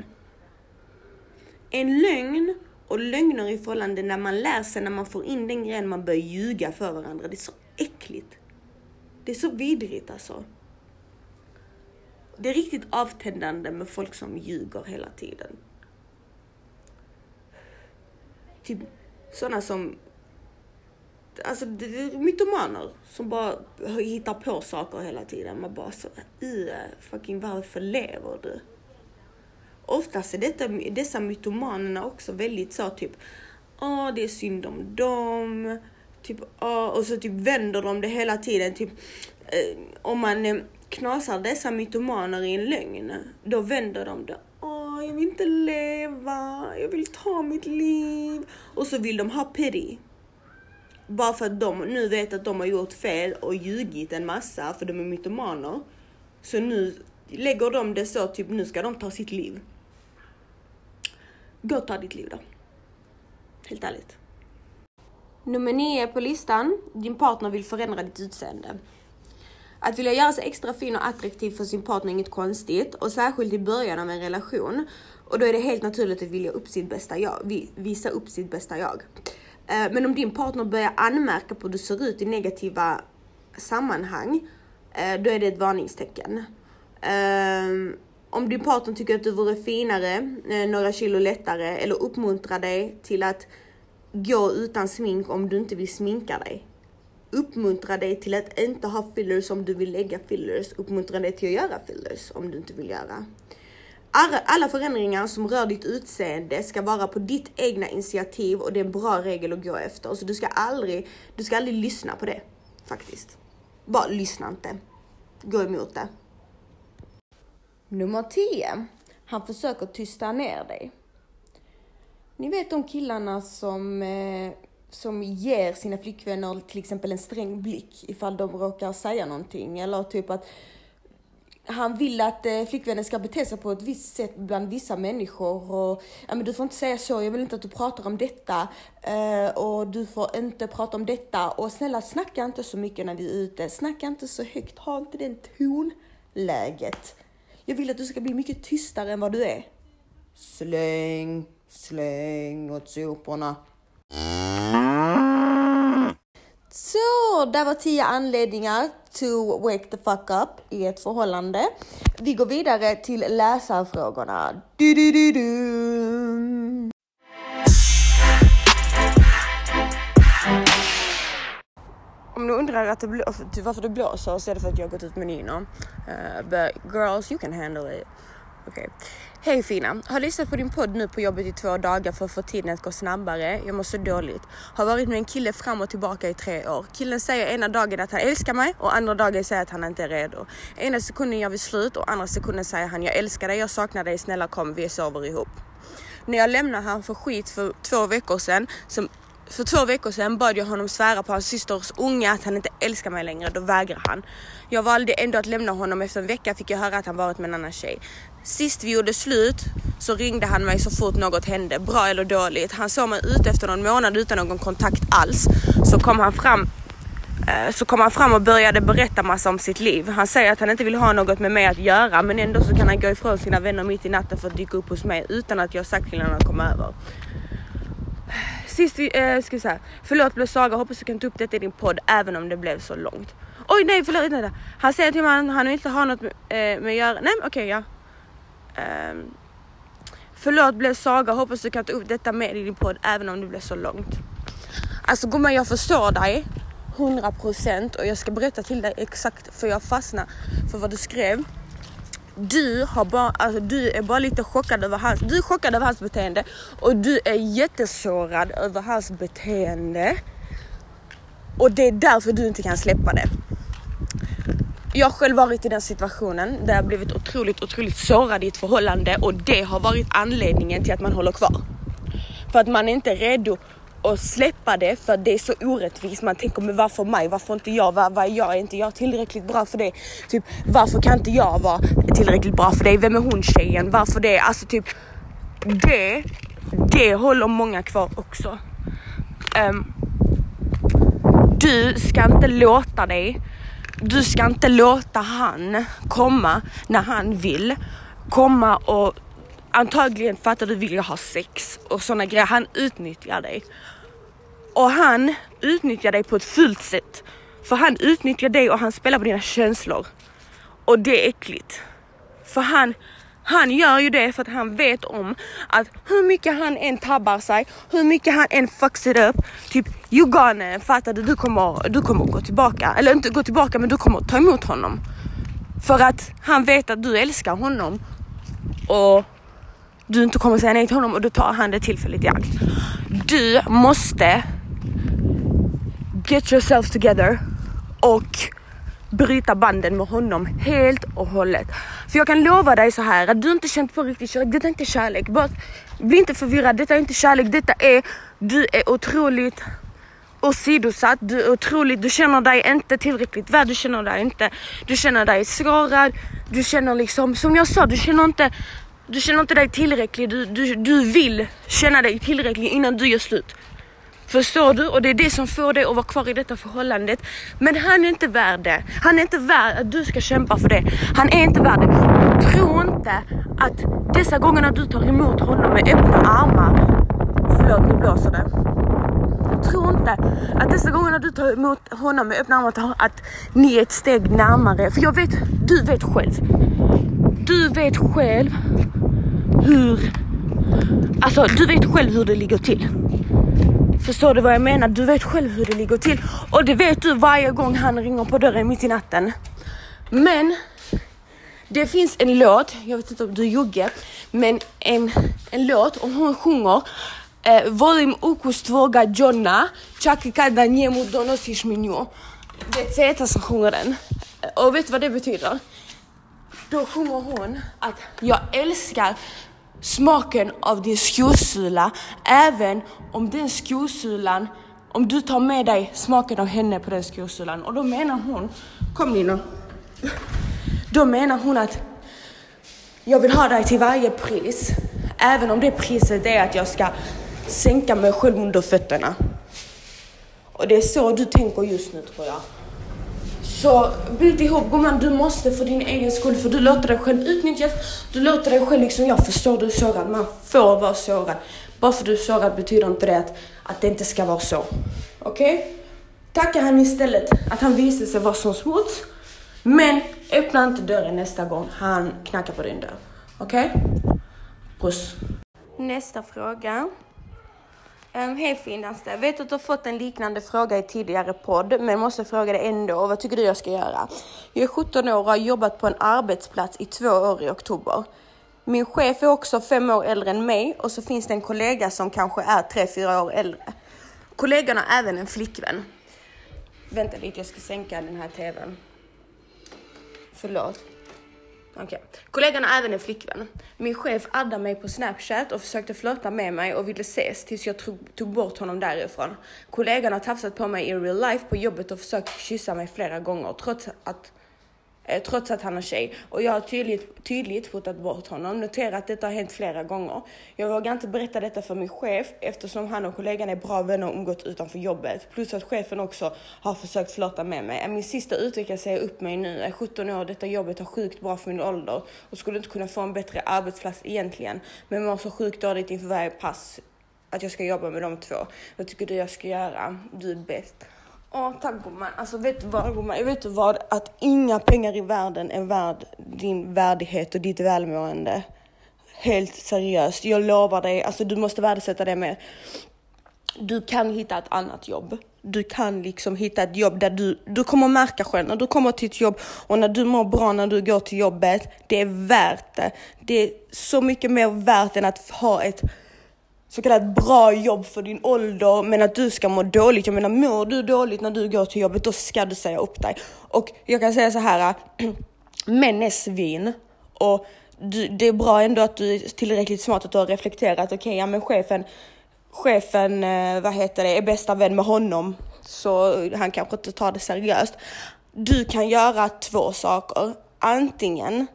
En lögn och lögner i förhållande när man lär sig, när man får in den grejen, man börjar ljuga för varandra. Det är så äckligt. Det är så vidrigt alltså. Det är riktigt avtändande med folk som ljuger hela tiden. Typ sådana som... Alltså det är mytomaner som bara hittar på saker hela tiden. Man bara så... fucking varför lever du? Oftast är detta, dessa mytomanerna också väldigt så typ... Åh, det är synd om dem. Typ, åh, och så typ vänder de det hela tiden. Typ, eh, om man... Eh, knasar dessa mytomaner i en lögn, då vänder de det. Åh, jag vill inte leva. Jag vill ta mitt liv. Och så vill de ha pity. Bara för att de nu vet att de har gjort fel och ljugit en massa, för de är mytomaner. Så nu lägger de det så, typ nu ska de ta sitt liv. Gå och ta ditt liv då. Helt ärligt. Nummer nio på listan. Din partner vill förändra ditt utseende. Att vilja göra sig extra fin och attraktiv för sin partner är inget konstigt. Och särskilt i början av en relation. Och då är det helt naturligt att vilja upp sitt bästa jag, visa upp sitt bästa jag. Men om din partner börjar anmärka på hur du ser ut i negativa sammanhang, då är det ett varningstecken. Om din partner tycker att du vore finare, några kilo lättare, eller uppmuntrar dig till att gå utan smink om du inte vill sminka dig. Uppmuntra dig till att inte ha fillers om du vill lägga fillers. Uppmuntra dig till att göra fillers om du inte vill göra. Alla förändringar som rör ditt utseende ska vara på ditt egna initiativ, och det är en bra regel att gå efter. Så du ska aldrig, du ska aldrig lyssna på det, faktiskt. Bara lyssna inte. Gå emot det. Nummer tio. Han försöker tysta ner dig. Ni vet de killarna som... Eh, som ger sina flickvänner till exempel en sträng blick ifall de råkar säga någonting. Eller typ att han vill att eh, flickvännen ska bete sig på ett visst sätt bland vissa människor. Och ja, men du får inte säga så, jag vill inte att du pratar om detta. Eh, och du får inte prata om detta. Och snälla, snacka inte så mycket när vi är ute. Snacka inte så högt, ha inte den tonläget. Jag vill att du ska bli mycket tystare än vad du är. Släng, släng åt soporna. Så, där var tio anledningar to wake the fuck up i ett förhållande. Vi går vidare till läsarfrågorna. Du, du, du, du. Om du undrar att det blå- varför det blåser så är det för att jag har gått ut med Nina. Uh, but girls, you can handle it. Okay. Hej fina, har lyssnat på din podd nu på jobbet i två dagar för att få tiden att gå snabbare. Jag mår så dåligt. Har varit med en kille fram och tillbaka i tre år. Killen säger ena dagen att han älskar mig och andra dagen säger att han inte är redo. Ena sekunden gör vi slut och andra sekunden säger han jag älskar dig, jag saknar dig, snälla kom, vi sover ihop. När jag lämnar han för skit för två veckor sedan som För två veckor sedan bad jag honom svära på hans systers unga att han inte älskar mig längre. Då vägrar han. Jag valde ändå att lämna honom. Efter en vecka fick jag höra att han varit med en annan tjej. Sist vi gjorde slut så ringde han mig så fort något hände. Bra eller dåligt. Han såg mig ut efter någon månad utan någon kontakt alls. Så kom han fram Så kom han fram och började berätta massa om sitt liv. Han säger att han inte vill ha något med mig att göra. Men ändå så kan han gå ifrån sina vänner mitt i natten för att dyka upp hos mig utan att jag sagt till honom att komma över. Sist vi, äh, ska vi säga, förlåt blev Saga, hoppas du kan ta upp detta i din podd även om det blev så långt. Oj nej, förlåt, nej, nej. Han säger till mig att han inte har något med, äh, med att göra. Nej, okej, okay, ja. Um, förlåt blev Saga, hoppas du kan ta upp detta med i din podd även om det blev så långt. Alltså gumman, jag förstår dig hundra procent och jag ska berätta till dig exakt för jag fastnar för vad du skrev. Du, har bara, alltså, du är bara lite chockad över hans, du är chockad över hans beteende och du är jättesårad över hans beteende och det är därför du inte kan släppa det. Jag har själv varit i den situationen där jag blivit otroligt, otroligt sårad i ett förhållande och det har varit anledningen till att man håller kvar. För att man är inte redo att släppa det för det är så orättvist. Man tänker, men varför mig? Varför inte jag? Var, var jag? Är inte jag tillräckligt bra för det? Typ, varför kan inte jag vara tillräckligt bra för dig? Vem är hon tjejen? Varför det? Alltså typ, det, det håller många kvar också. Um, du ska inte låta dig, du ska inte låta han komma när han vill. Komma och antagligen fattar du vill ha sex och såna grejer. Han utnyttjar dig. Och han utnyttjar dig på ett fult sätt. För han utnyttjar dig och han spelar på dina känslor. Och det är äckligt. För han, han gör ju det för att han vet om att hur mycket han än tabbar sig, hur mycket han än fucks it up, typ, you gonna, fattar du, du kommer, du kommer gå tillbaka. Eller inte gå tillbaka, men du kommer ta emot honom. För att han vet att du älskar honom. Och du inte kommer säga nej till honom och då tar han det tillfälligt i akt. Du måste get yourself together och bryta banden med honom helt och hållet. För jag kan lova dig så här att du inte känt på riktigt kärlek. Detta är inte kärlek. Bara, bli inte förvirrad. Detta är inte kärlek. Detta är, du är otroligt åsidosatt. Du är otroligt, du känner dig inte tillräckligt värd. Du känner dig inte, du känner dig sårad. Du känner liksom, som jag sa, du känner inte Du känner inte dig tillräcklig. Du, du, du vill känna dig tillräcklig innan du gör slut. Förstår du? Och det är det som får dig att vara kvar i detta förhållandet. Men han är inte värd det. Han är inte värd att du ska kämpa för det. Han är inte värd det. Tro inte att dessa gångerna du tar emot honom med öppna armar. Förlåt, nu blåser det. Tro inte att dessa gångerna du tar emot honom med öppna armar att ni är ett steg närmare. För jag vet, du vet själv. Du vet själv hur, alltså du vet själv hur det ligger till. Förstår du vad jag menar? Du vet själv hur det ligger till. Och det vet du varje gång han ringer på dörren mitt i natten. Men det finns en låt, jag vet inte om du jugge, men en, en låt och hon sjunger eh, Volim ukus tvoga Jonna Chakika Daniemu Donosish Minjo. Det är Zeta som sjunger den. Och vet du vad det betyder? Då sjunger hon att jag älskar smaken av din skosula även om den skosulan, om du tar med dig smaken av henne på den skosulan. Och då menar hon, kom Nino, då menar hon att jag vill ha dig till varje pris, även om det priset är att jag ska sänka mig själv under fötterna. Och det är så du tänker just nu, tror jag. Så bit ihop, gumman, du måste för din egen skull, för du låter dig själv utnyttjas. Du låter dig själv liksom, jag förstår du är sårad, man får vara sårad. Bara för du är sårad betyder inte det att, att det inte ska vara så. Okej? Okay? tackar han istället att han visade sig vara så smuts. Men öppna inte dörren nästa gång han knackar på din dörr. Okej? Okay? Puss. Nästa fråga. Um, Hej finaste. Jag vet att du har fått en liknande fråga i tidigare podd, men måste fråga dig ändå. Vad tycker du jag ska göra? Jag är sjutton år och har jobbat på en arbetsplats i två år i oktober. Min chef är också fem år äldre än mig och så finns det en kollega som kanske är tre, fyra år äldre. Kollegan har även en flickvän. Vänta lite, jag ska sänka den här tvn. Förlåt. Okej. Okay. Kollegan har även en flickvän. Min chef addade mig på Snapchat och försökte flirta med mig och ville ses tills jag tog, tog bort honom därifrån. Kollegan har tafsat på mig i real life på jobbet och försökt kyssa mig flera gånger trots att eh, trots att han är tjej. Och jag har tydligt, tydligt fotat bort honom. Notera att detta har hänt flera gånger. Jag vågar inte berätta detta för min chef eftersom han och kollegan är bra vänner och umgått utanför jobbet. Plus att chefen också har försökt flirta med mig. Är min sista utväg att säga upp mig nu. Jag är sjutton år och detta jobbet har sjukt bra för min ålder. Och skulle inte kunna få en bättre arbetsplats egentligen. Men man har så sjukt dåligt inför varje pass att jag ska jobba med de två. Vad tycker du jag ska göra? Du är bäst. Åh, tack gumman. Alltså vet du vad gumman? Jag vet du vad? Att inga pengar i världen är värd din värdighet och ditt välmående. Helt seriöst. Jag lovar dig. Alltså du måste värdesätta det med. Du kan hitta ett annat jobb. Du kan liksom hitta ett jobb där du, du kommer märka själv när du kommer till ett jobb och när du mår bra när du går till jobbet. Det är värt det. Det är så mycket mer värt än att ha ett så kallat bra jobb för din ålder, men att du ska må dåligt. Jag menar, mår du dåligt när du går till jobbet, då ska du säga upp dig. Och jag kan säga så här, män är svin. Och du, det är bra ändå att du är tillräckligt smart att du har reflekterat. Okej, okay, ja men chefen, chefen, vad heter det, är bästa vän med honom. Så han kanske inte tar det seriöst. Du kan göra två saker. Antingen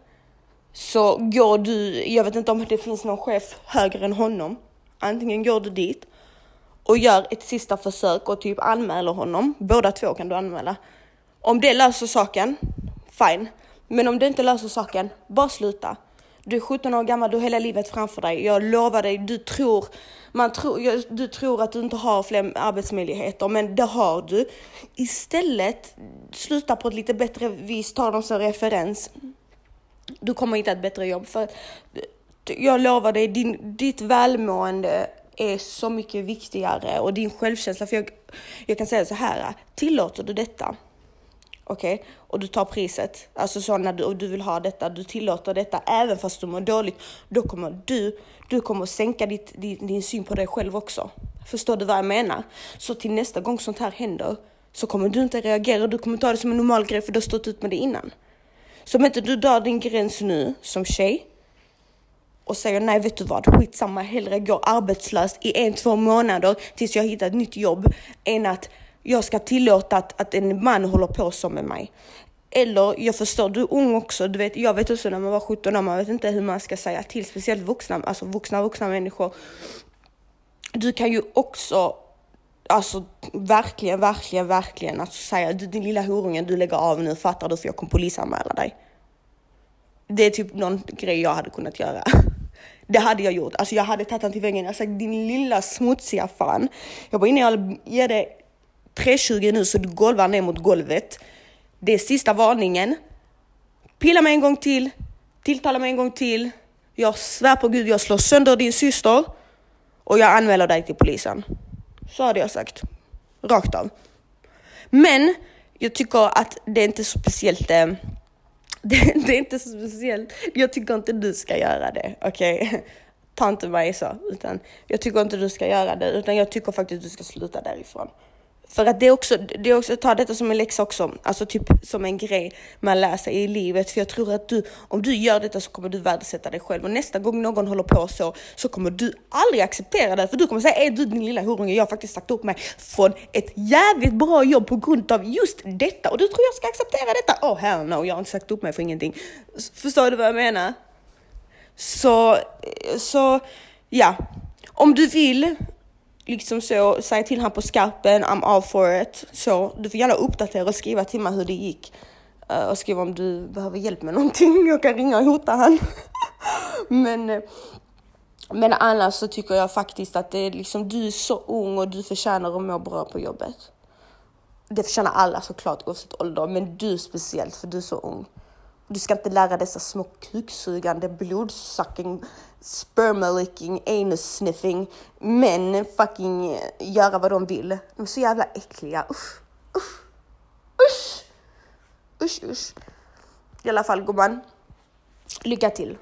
så går du, jag vet inte om det finns någon chef högre än honom. Antingen går du dit och gör ett sista försök och typ anmäler honom. Båda två kan du anmäla. Om det löser saken, fine. Men om det inte löser saken, bara sluta. Du är sjutton år gammal, du har hela livet framför dig. Jag lovar dig, du tror, man tror, du tror att du inte har fler arbetsmöjligheter, men det har du. Istället, sluta på ett lite bättre vis, ta dem som referens. Du kommer hitta ett bättre jobb för jag lovar dig, din, ditt välmående är så mycket viktigare och din självkänsla. För jag, jag kan säga så här, tillåter du detta, okej, okay, och du tar priset, alltså så när du, och du vill ha detta, du tillåter detta även fast du mår dåligt, då kommer du, du kommer sänka ditt, din, din syn på dig själv också. Förstår du vad jag menar? Så till nästa gång sånt här händer så kommer du inte reagera, du kommer ta det som en normal grej för du har stått ut med det innan. Så om inte du drar din gräns nu som tjej och säger nej, vet du vad, skitsamma, hellre gå arbetslös i en, två månader tills jag hittar ett nytt jobb än att jag ska tillåta att, att en man håller på så med mig. Eller, jag förstår, du är ung också, du vet, jag vet också när man var sjutton år, man vet inte hur man ska säga till, speciellt vuxna, alltså vuxna, vuxna människor. Du kan ju också, alltså verkligen, verkligen, verkligen, alltså säga, du, din lilla horungen, du lägger av nu, fattar du, för jag kommer polisanmäla dig. Det är typ någon grej jag hade kunnat göra. Det hade jag gjort. Alltså jag hade tagit han till väggen. Jag sagt, din lilla smutsiga fan. Jag bara, innan jag ger dig tre tjugo nu så du golvar ner mot golvet. Det är sista varningen. Pilla mig en gång till. Tilltala mig en gång till. Jag svär på Gud, jag slår sönder din syster. Och jag anmäler dig till polisen. Så hade jag sagt. Rakt av. Men jag tycker att det är inte så speciellt... Eh, Det, det är inte så speciellt. Jag tycker inte du ska göra det. Okej, okay? Ta inte mig så. Utan jag tycker inte du ska göra det. Utan jag tycker faktiskt att du ska sluta därifrån. För att det är också, det är också, ta detta som en läxa också. Alltså typ som en grej man lär sig i livet. För jag tror att du, om du gör detta så kommer du värdesätta dig själv. Och nästa gång någon håller på så, så kommer du aldrig acceptera det. För du kommer säga, är du din lilla horunge? Jag har faktiskt sagt upp mig från ett jävligt bra jobb på grund av just detta. Och du tror jag ska acceptera detta? Åh, oh, hell no, jag har inte sagt upp mig för ingenting. Förstår du vad jag menar? Så, så ja. Om du vill... liksom så, säg till han på skarpen, I'm all for it. Så, du får gärna uppdatera och skriva till mig hur det gick. Uh, och skriva om du behöver hjälp med någonting. Jag kan ringa och hota han. men, men annars så tycker jag faktiskt att det är liksom, du är så ung och du förtjänar att må bra på jobbet. det förtjänar alla såklart oavsett ålder, men du speciellt för du är så ung. Du ska inte lära dessa små kuksugande, blodsucking, sperma-licking, anus-sniffing män fucking göra vad de vill. De är så jävla äckliga. Usch, usch, usch, usch, usch. I alla fall, gumman. Lycka till.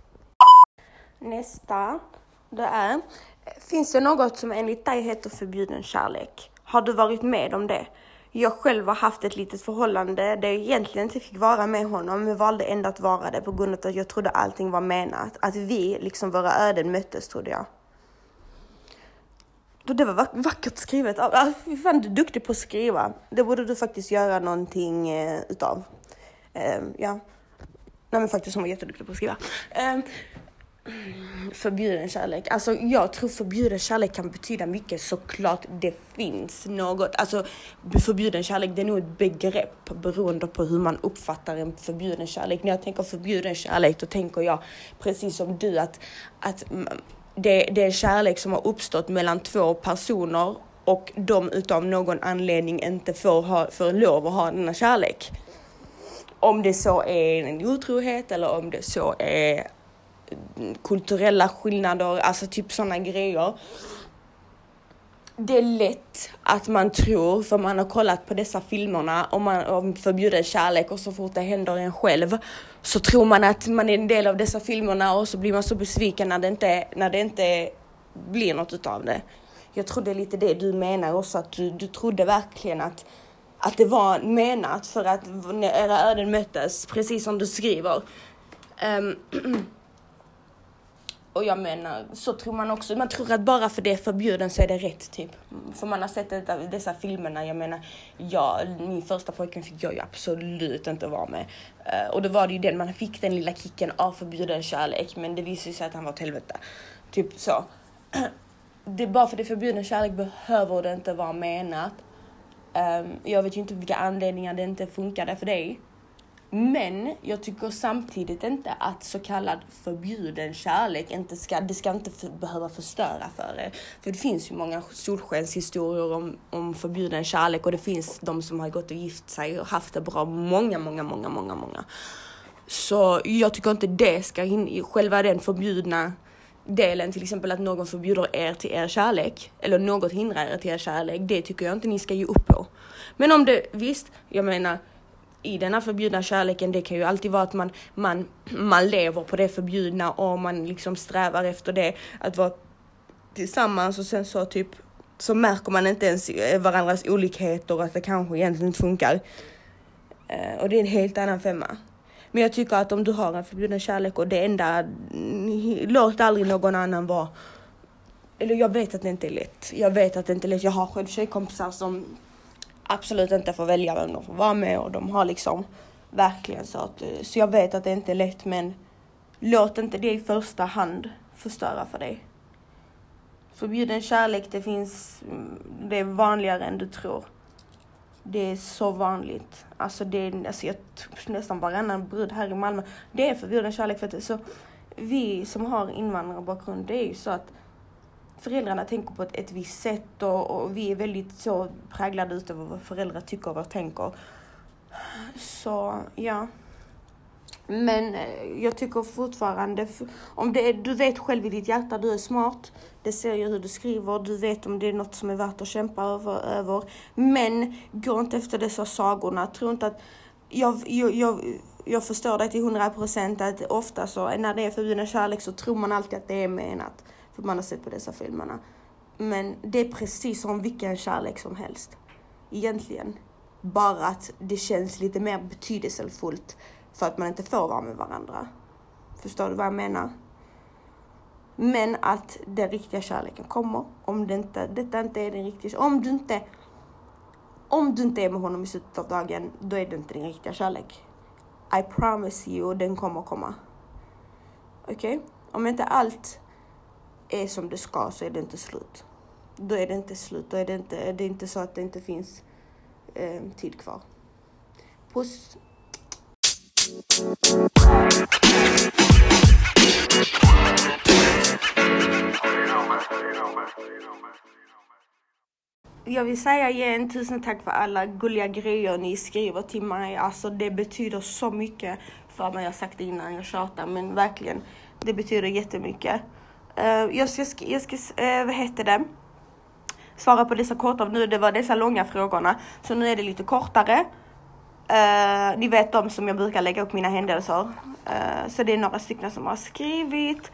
Nästa, det är, finns det något som enligt dig heter förbjuden kärlek? Har du varit med om det? Jag själv har haft ett litet förhållande där jag egentligen inte fick vara med honom, men valde ändå att vara det på grund av att jag trodde allting var menat. Att vi, liksom våra öden möttes, trodde jag. Det var vack- vackert skrivet. Ah, fan, du är duktig på att skriva. Det borde du faktiskt göra någonting eh, utav. Eh, ja. Nej, men faktiskt hon var jätteduktig på att skriva. Eh, förbjuden kärlek. Alltså jag tror förbjuden kärlek kan betyda mycket. Såklart det finns något. Alltså förbjuden kärlek, det är nog ett begrepp beroende på hur man uppfattar en förbjuden kärlek. När jag tänker förbjuden kärlek, då tänker jag precis som du att, att det, det är kärlek som har uppstått mellan två personer och de utav någon anledning inte får, ha, får lov att ha den här kärlek. Om det så är en otrohet eller om det så är kulturella skillnader, alltså typ sådana grejer. Det är lätt att man tror, för man har kollat på dessa filmerna om man om förbjuden kärlek, och så fort det händer en själv så tror man att man är en del av dessa filmerna, och så blir man så besviken när det inte, när det inte blir något utav det. Jag tror det är lite det du menar också, att du, du trodde verkligen att, att det var menat för att när era öden möttes, precis som du skriver. Um, Och jag menar, så tror man också. Man tror att bara för det är förbjuden så är det rätt, typ. För man har sett det, dessa filmerna. Jag menar, ja, min första pojken fick jag ju absolut inte vara med. Uh, och då var det ju den, man fick den lilla kicken av förbjuden kärlek. Men det visade sig att han var ett helvete. Typ så. Det är bara för det förbjuden kärlek behöver det inte vara menat. Um, jag vet ju inte vilka anledningar det inte funkade för dig. Men jag tycker samtidigt inte att så kallad förbjuden kärlek inte ska, det ska inte för, behöva förstöra för er. För det finns ju många solskenshistorier om, om förbjuden kärlek, och det finns de som har gått och gift sig och haft det bra många, många, många, många, många. Så jag tycker inte det ska in i själva den förbjudna delen, till exempel att någon förbjuder er till er kärlek eller något hindrar er till er kärlek. Det tycker jag inte ni ska ge upp på. Men om det, visst, jag menar, i den här förbjudna kärleken, det kan ju alltid vara att man, man, man lever på det förbjudna och man liksom strävar efter det, att vara tillsammans, och sen så typ så märker man inte ens varandras olikheter och att det kanske egentligen inte funkar. Uh, och det är en helt annan femma. Men jag tycker att om du har en förbjuden kärlek och det enda, låt aldrig någon annan vara. Eller jag vet att det inte är lätt. Jag vet att det inte är lätt. Jag har själv tjejkompisar som absolut inte får välja vem de får vara med, och de har liksom verkligen så att, så jag vet att det inte är lätt, men låt inte det i första hand förstöra för dig. Förbjuden kärlek, det finns, det är vanligare än du tror. Det är så vanligt. Alltså det är, alltså jag nästan varannan brud här i Malmö, det är förbjuden kärlek. För att det, så vi som har invandrarbakgrund, det är ju så att föräldrarna tänker på ett, ett visst sätt, och, och vi är väldigt så präglade utav vad föräldrar tycker och tänker. Så ja. Men jag tycker fortfarande, om det är, du vet själv i ditt hjärta, du är smart. Det ser ju hur du skriver, du vet om det är något som är värt att kämpa över. över. Men gå inte efter dessa sagorna. Tro inte att, jag, jag, jag, jag förstår dig till hundra procent att ofta så, när det är förbjuden kärlek så tror man alltid att det är menat. För man har sett på dessa filmerna. Men det är precis som vilken kärlek som helst. Egentligen. Bara att det känns lite mer betydelsefullt för att man inte får vara med varandra. Förstår du vad jag menar? Men att den riktiga kärleken kommer. Om det inte, detta inte är den riktiga. Om du inte, om du inte är med honom i slutet av dagen, då är det inte din riktiga kärlek. I promise you, den kommer komma. Okej? Okay? Om inte allt är som det ska, så är det inte slut. Då är det inte slut. Då är det inte, det är inte så att det inte finns eh, tid kvar. Puss. jag vill säga igen, tusen tack för alla gulliga grejer ni skriver till mig. Alltså det betyder så mycket för mig. Jag har sagt det innan, jag tjatar, men verkligen, det betyder jättemycket. Uh, jag ska, jag ska uh, vad heter det? Svara på dessa korta, nu det var dessa långa frågorna. Så nu är det lite kortare. Uh, ni vet de som jag brukar lägga upp mina händelser. Uh, så det är några stycken som har skrivit.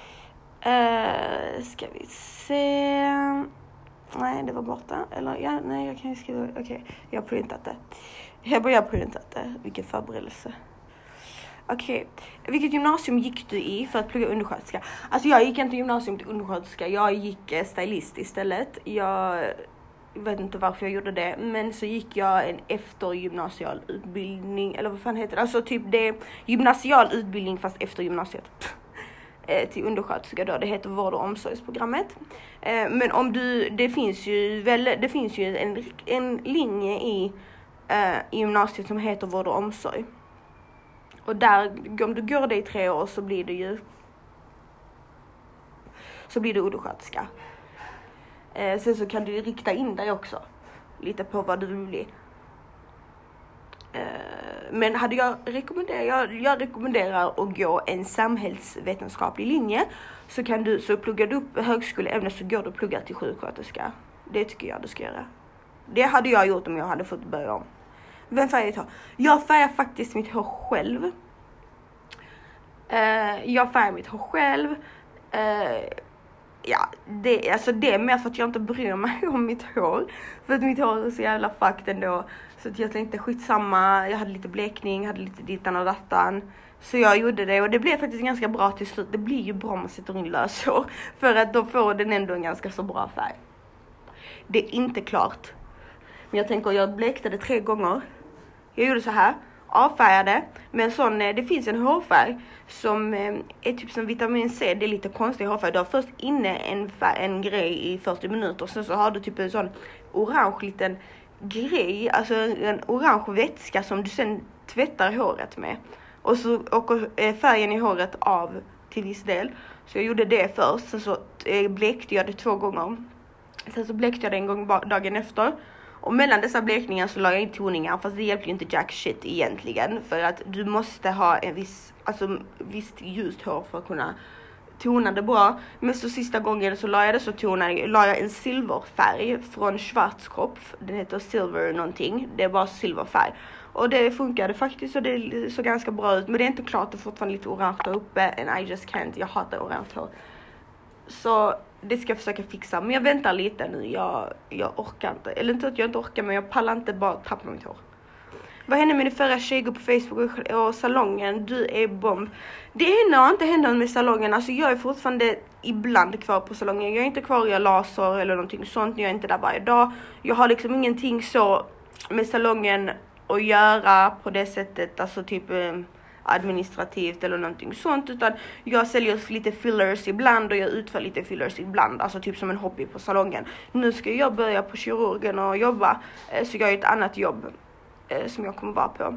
Uh, ska vi se... Nej, det var borta. Eller, ja, nej, jag kan ju skriva... Okej, okay. Jag har printat det. Jag börjar printat det. Vilken förberedelse. Okej. Okay. Vilket gymnasium gick du i för att plugga undersköterska? Alltså, jag gick inte gymnasium till undersköterska. Jag gick eh, stylist istället. Jag vet inte varför jag gjorde det. Men så gick jag en eftergymnasial utbildning. Eller vad fan heter det? Alltså, typ det gymnasial utbildning fast efter gymnasiet. Till undersköterska då, det heter vård- och omsorgsprogrammet. Eh, men om du, det finns ju väl, det finns ju en, en linje i, eh, i gymnasiet som heter vård- och omsorg. Och där, om du går det i tre år så blir det ju, så blir du undersköterska. Eh, sen så kan du rikta in dig också, lite på vad du vill bli. Men hade jag rekommenderat, jag, jag rekommenderar att gå en samhällsvetenskaplig linje, så kan du, så pluggar du upp högskoleämne så går du och pluggar till sjuksköterska. Det tycker jag du ska göra. Det hade jag gjort om jag hade fått börja om. Vem färgar ditt hår? Jag färgar faktiskt mitt hår själv. Uh, jag färgar mitt hår själv. Uh, Ja, det, alltså det är mer för att jag inte bryr mig om mitt hår. För att mitt hår är så jävla fucked ändå. Så att jag tänkte skitsamma. Jag hade lite blekning, hade lite dittan och dattan. Så jag gjorde det och det blev faktiskt ganska bra till slut. Det blir ju bra om man sätter in löshår. För att då får den ändå en ganska så bra färg. Det är inte klart. Men jag tänker, jag blekte det tre gånger. Jag gjorde så här. Avfärgade, men sån, det finns en hårfärg som är typ som vitamin C. Det är lite konstig hårfärg. Du har först inne en, färg, en grej i fyrtio minuter. Sen så har du typ en sån orange liten grej. Alltså en orange vätska som du sen tvättar håret med. Och så åker färgen i håret av till viss del. Så jag gjorde det först. Sen så blekte jag det två gånger. Sen så blekte jag det en gång dagen efter. Och mellan dessa blekningar så la jag in toningar, fast det hjälper ju inte jack shit egentligen. För att du måste ha en viss, alltså visst ljust hår för att kunna tona det bra. Men så sista gången så la jag det så tonade, la jag en silverfärg från Schwarzkopf. Den heter silver någonting, det är bara silverfärg. Och det funkade faktiskt och det såg ganska bra ut. Men det är inte klart, det är fortfarande lite orange där uppe. And I just can't, jag hatar orange hår. Så det ska jag försöka fixa. Men jag väntar lite nu. Jag, jag orkar inte. Eller inte att jag inte orkar, men jag pallar inte bara tappa mitt hår. Vad hände med din förra tjejgrupp på Facebook och salongen? Du är bomb. Det händer inte händer med salongen. Alltså jag är fortfarande ibland kvar på salongen. Jag är inte kvar, jag laser eller någonting sånt. Jag är inte där varje dag. Jag har liksom ingenting så med salongen att göra på det sättet. Alltså typ administrativt eller någonting sånt, utan jag säljer lite fillers ibland och jag utför lite fillers ibland, alltså typ som en hobby på salongen. Nu ska jag börja på kirurgen och jobba, så jag har ett annat jobb som jag kommer vara på.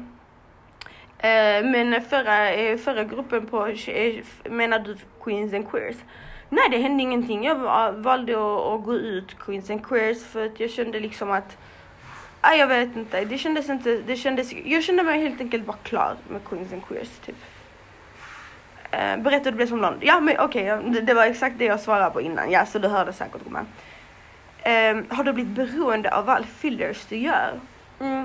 Men förra, förra gruppen på, menar du Queens and Queers? Nej, det hände ingenting. Jag valde att gå ut Queens and Queers för att jag kände liksom att Ah, jag vet inte. Det kändes inte, det kändes, jag kände mig helt enkelt bara klar med Queens and Queers typ. Uh, berättade du det som London? Ja, men okej, okay, det, det var exakt det jag svarade på innan. Ja, så du hörde säkert, gumman. Uh, har du blivit beroende av all fillers du gör? Mm.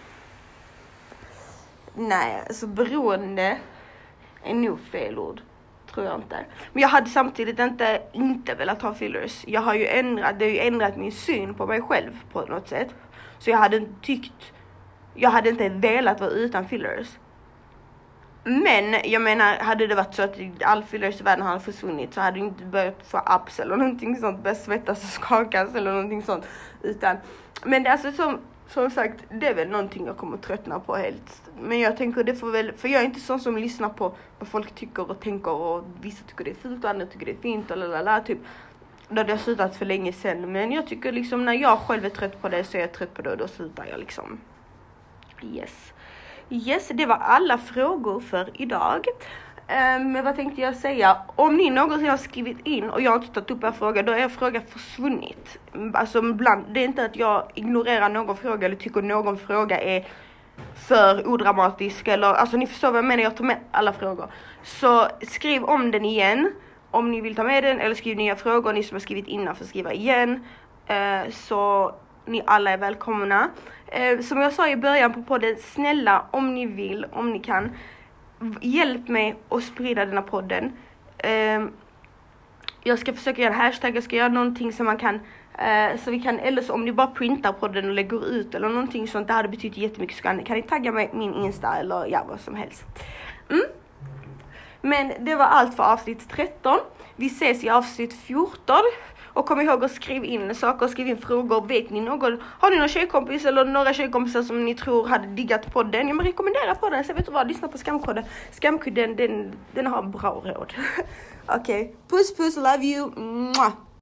Nej, alltså beroende är nog fel ord. Tror jag inte. Men jag hade samtidigt inte, inte velat ha fillers. Jag har ju ändrat, det har ju ändrat min syn på mig själv på något sätt. Så jag hade inte tyckt, jag hade inte velat vara utan fillers. Men jag menar, hade det varit så att all fillers i världen hade försvunnit så hade jag inte börjat få abs eller någonting sånt, börjat svettas och skakas eller någonting sånt. Utan, men det är alltså som, som sagt, det är väl någonting jag kommer tröttna på helt. Men jag tänker det får väl, för jag är inte sån som lyssnar på vad folk tycker och tänker, och vissa tycker det är fult och andra tycker det är fint och lalala typ. Då hade jag slutat för länge sedan. Men jag tycker liksom när jag själv är trött på det så är jag trött på det och då slutar jag liksom. Yes. Yes, det var alla frågor för idag. Um, men vad tänkte jag säga? Om ni någonsin har skrivit in och jag har inte tagit upp er fråga, då är er fråga försvunnit. Alltså ibland, det är inte att jag ignorerar någon fråga eller tycker någon fråga är för odramatisk eller, alltså ni förstår vad jag menar, jag tar med alla frågor. Så skriv om den igen om ni vill ta med den, eller skriv nya frågor. Ni som har skrivit innan får skriva igen. Uh, så ni alla är välkomna. Uh, som jag sa i början på podden, snälla om ni vill, om ni kan, hjälp mig att sprida den här podden. Uh, jag ska försöka göra en hashtag, jag ska göra någonting som man kan, uh, så vi kan, eller så om ni bara printar podden och lägger ut eller någonting sånt, det hade betytt jättemycket, så kan, kan ni tagga mig min Insta eller ja, vad som helst. Mm. Men det var allt för avsnitt tretton. Vi ses i avsnitt fjorton. Och kom ihåg att skriva in saker, skriv in frågor. Vet ni någon, har ni någon tjejkompis eller några tjejkompisar som ni tror hade diggat podden? Jag rekommenderar podden, så vet du vad, lyssna på Skamkudden. Skamkudden, den, den har bra råd. Okej, okay. Puss puss, love you. Mwah.